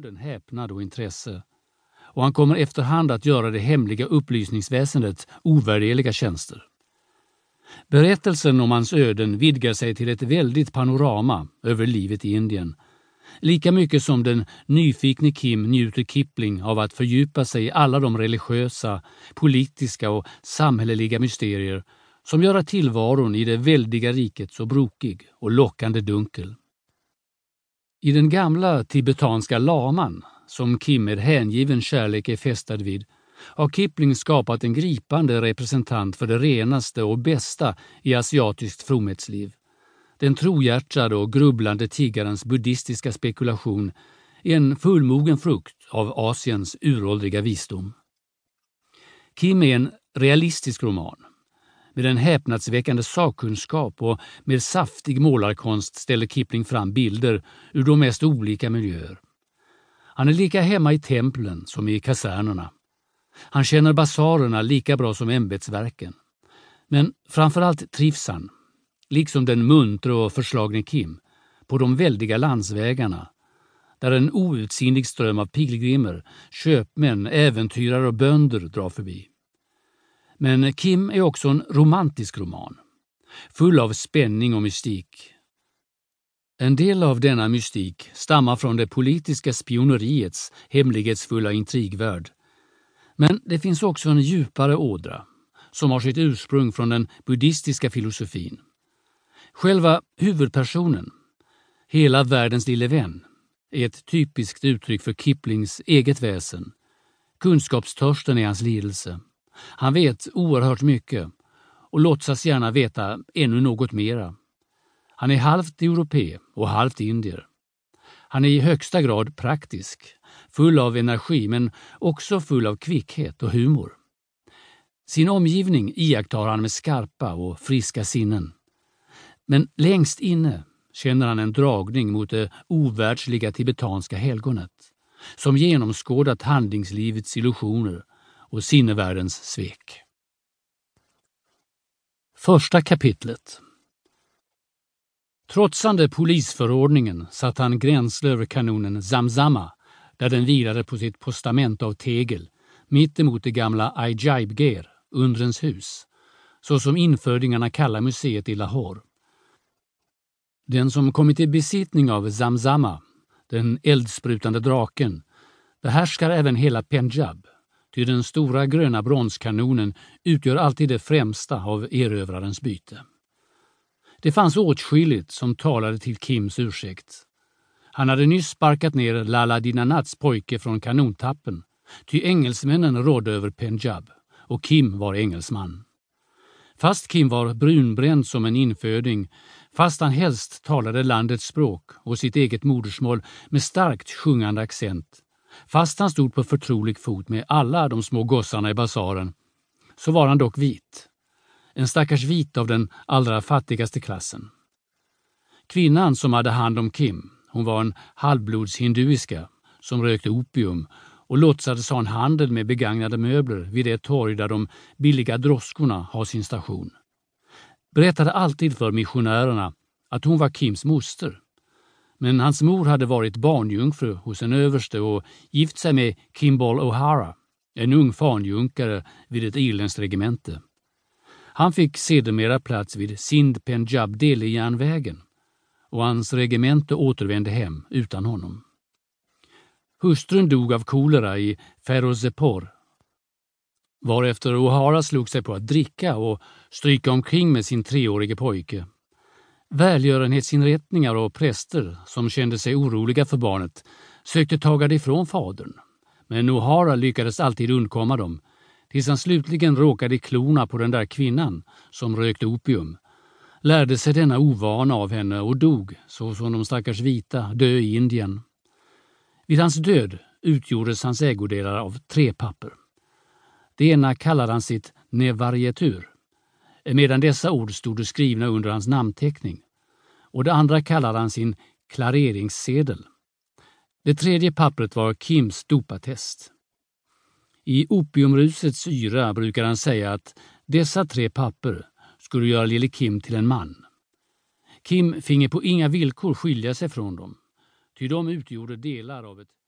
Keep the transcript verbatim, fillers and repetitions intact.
grunden häpnad och intresse, och han kommer efterhand att göra det hemliga upplysningsväsendet ovärderliga tjänster. Berättelsen om hans öden vidgar sig till ett väldigt panorama över livet i Indien, lika mycket som den nyfikne Kim njuter Kipling av att fördjupa sig i alla de religiösa, politiska och samhälleliga mysterier som gör tillvaron i det väldiga riket så brokig och lockande dunkel. I den gamla tibetanska laman, som Kim med hängiven kärlek är fästad vid, har Kipling skapat en gripande representant för det renaste och bästa i asiatiskt fromhetsliv. Den trohjärtade och grubblande tiggarens buddhistiska spekulation är en fullmogen frukt av Asiens uråldriga visdom. Kim är en realistisk roman. Med en häpnadsväckande sakkunskap och med saftig målarkonst ställer Kipling fram bilder ur de mest olika miljöer. Han är lika hemma i templen som i kasernerna. Han känner basarerna lika bra som ämbetsverken. Men framförallt trivs han, liksom den muntre och förslagne Kim, på de väldiga landsvägarna, där en outsinlig ström av pilgrimer, köpmän, äventyrare och bönder drar förbi. Men Kim är också en romantisk roman, full av spänning och mystik. En del av denna mystik stammar från det politiska spioneriets hemlighetsfulla intrigvärld. Men det finns också en djupare ådra, som har sitt ursprung från den buddhistiska filosofin. Själva huvudpersonen, hela världens lille vän, är ett typiskt uttryck för Kiplings eget väsen. Kunskapstörsten är hans lidelse. Han vet oerhört mycket och låtsas gärna veta ännu något mera. Han är halvt europé och halvt indier. Han är i högsta grad praktisk, full av energi men också full av kvickhet och humor. Sin omgivning iakttar han med skarpa och friska sinnen. Men längst inne känner han en dragning mot det ovärldsliga tibetanska helgonet, som genomskådat handlingslivets illusioner och sinnevärldens svek. Första kapitlet. Trotsande polisförordningen satt han gränsle över kanonen Zamzama, där den vilade på sitt postament av tegel, mitt emot det gamla Ajaib-Ger, undrens hus, så som infödingarna kallar museet i Lahore. Den som kommit i besittning av Zamzama, den eldsprutande draken, behärskar även hela Punjab, ty den stora gröna bronskanonen utgör alltid det främsta av erövrarens byte. Det fanns åtskilligt som talade till Kims ursäkt. Han hade nyss sparkat ner Lala Dinanats pojke från kanontappen, ty engelsmännen rådde över Punjab, och Kim var engelsman. Fast Kim var brunbränd som en inföding, fast han helst talade landets språk och sitt eget modersmål med starkt sjungande accent, fast han stod på förtrolig fot med alla de små gossarna i basaren, så var han dock vit. En stackars vit av den allra fattigaste klassen. Kvinnan som hade hand om Kim, hon var en halvblodshinduiska som rökte opium och låtsades ha en handel med begagnade möbler vid det torg där de billiga droskorna har sin station. Berättade alltid för missionärerna att hon var Kims moster. Men hans mor hade varit barnjungfru hos en överste och gift sig med Kimball O'Hara, en ung fanjunkare vid ett irländskt regemente. Han fick sedermera plats vid Sind Punjab Delhi-järnvägen och hans regemente återvände hem utan honom. Hustrun dog av kolera i Ferozepur, varefter O'Hara slog sig på att dricka och stryka omkring med sin treårige pojke. Välgörenhetsinrättningar och präster som kände sig oroliga för barnet sökte taga det ifrån fadern, men O'Hara lyckades alltid undkomma dem, tills han slutligen råkade i klorna på den där kvinnan som rökte opium, lärde sig denna ovana av henne och dog, så som de stackars vita dö i Indien. Vid hans död utgjordes hans ägodelar av tre papper. Det ena kallade han sitt nevarietur, medan dessa ord stod skrivna under hans namnteckning, och det andra kallade han sin klareringssedel. Det tredje pappret var Kims dopattest. I opiumrusets syra brukar han säga att dessa tre papper skulle göra lille Kim till en man. Kim finge på inga villkor skilja sig från dem, ty de utgjorde delar av ett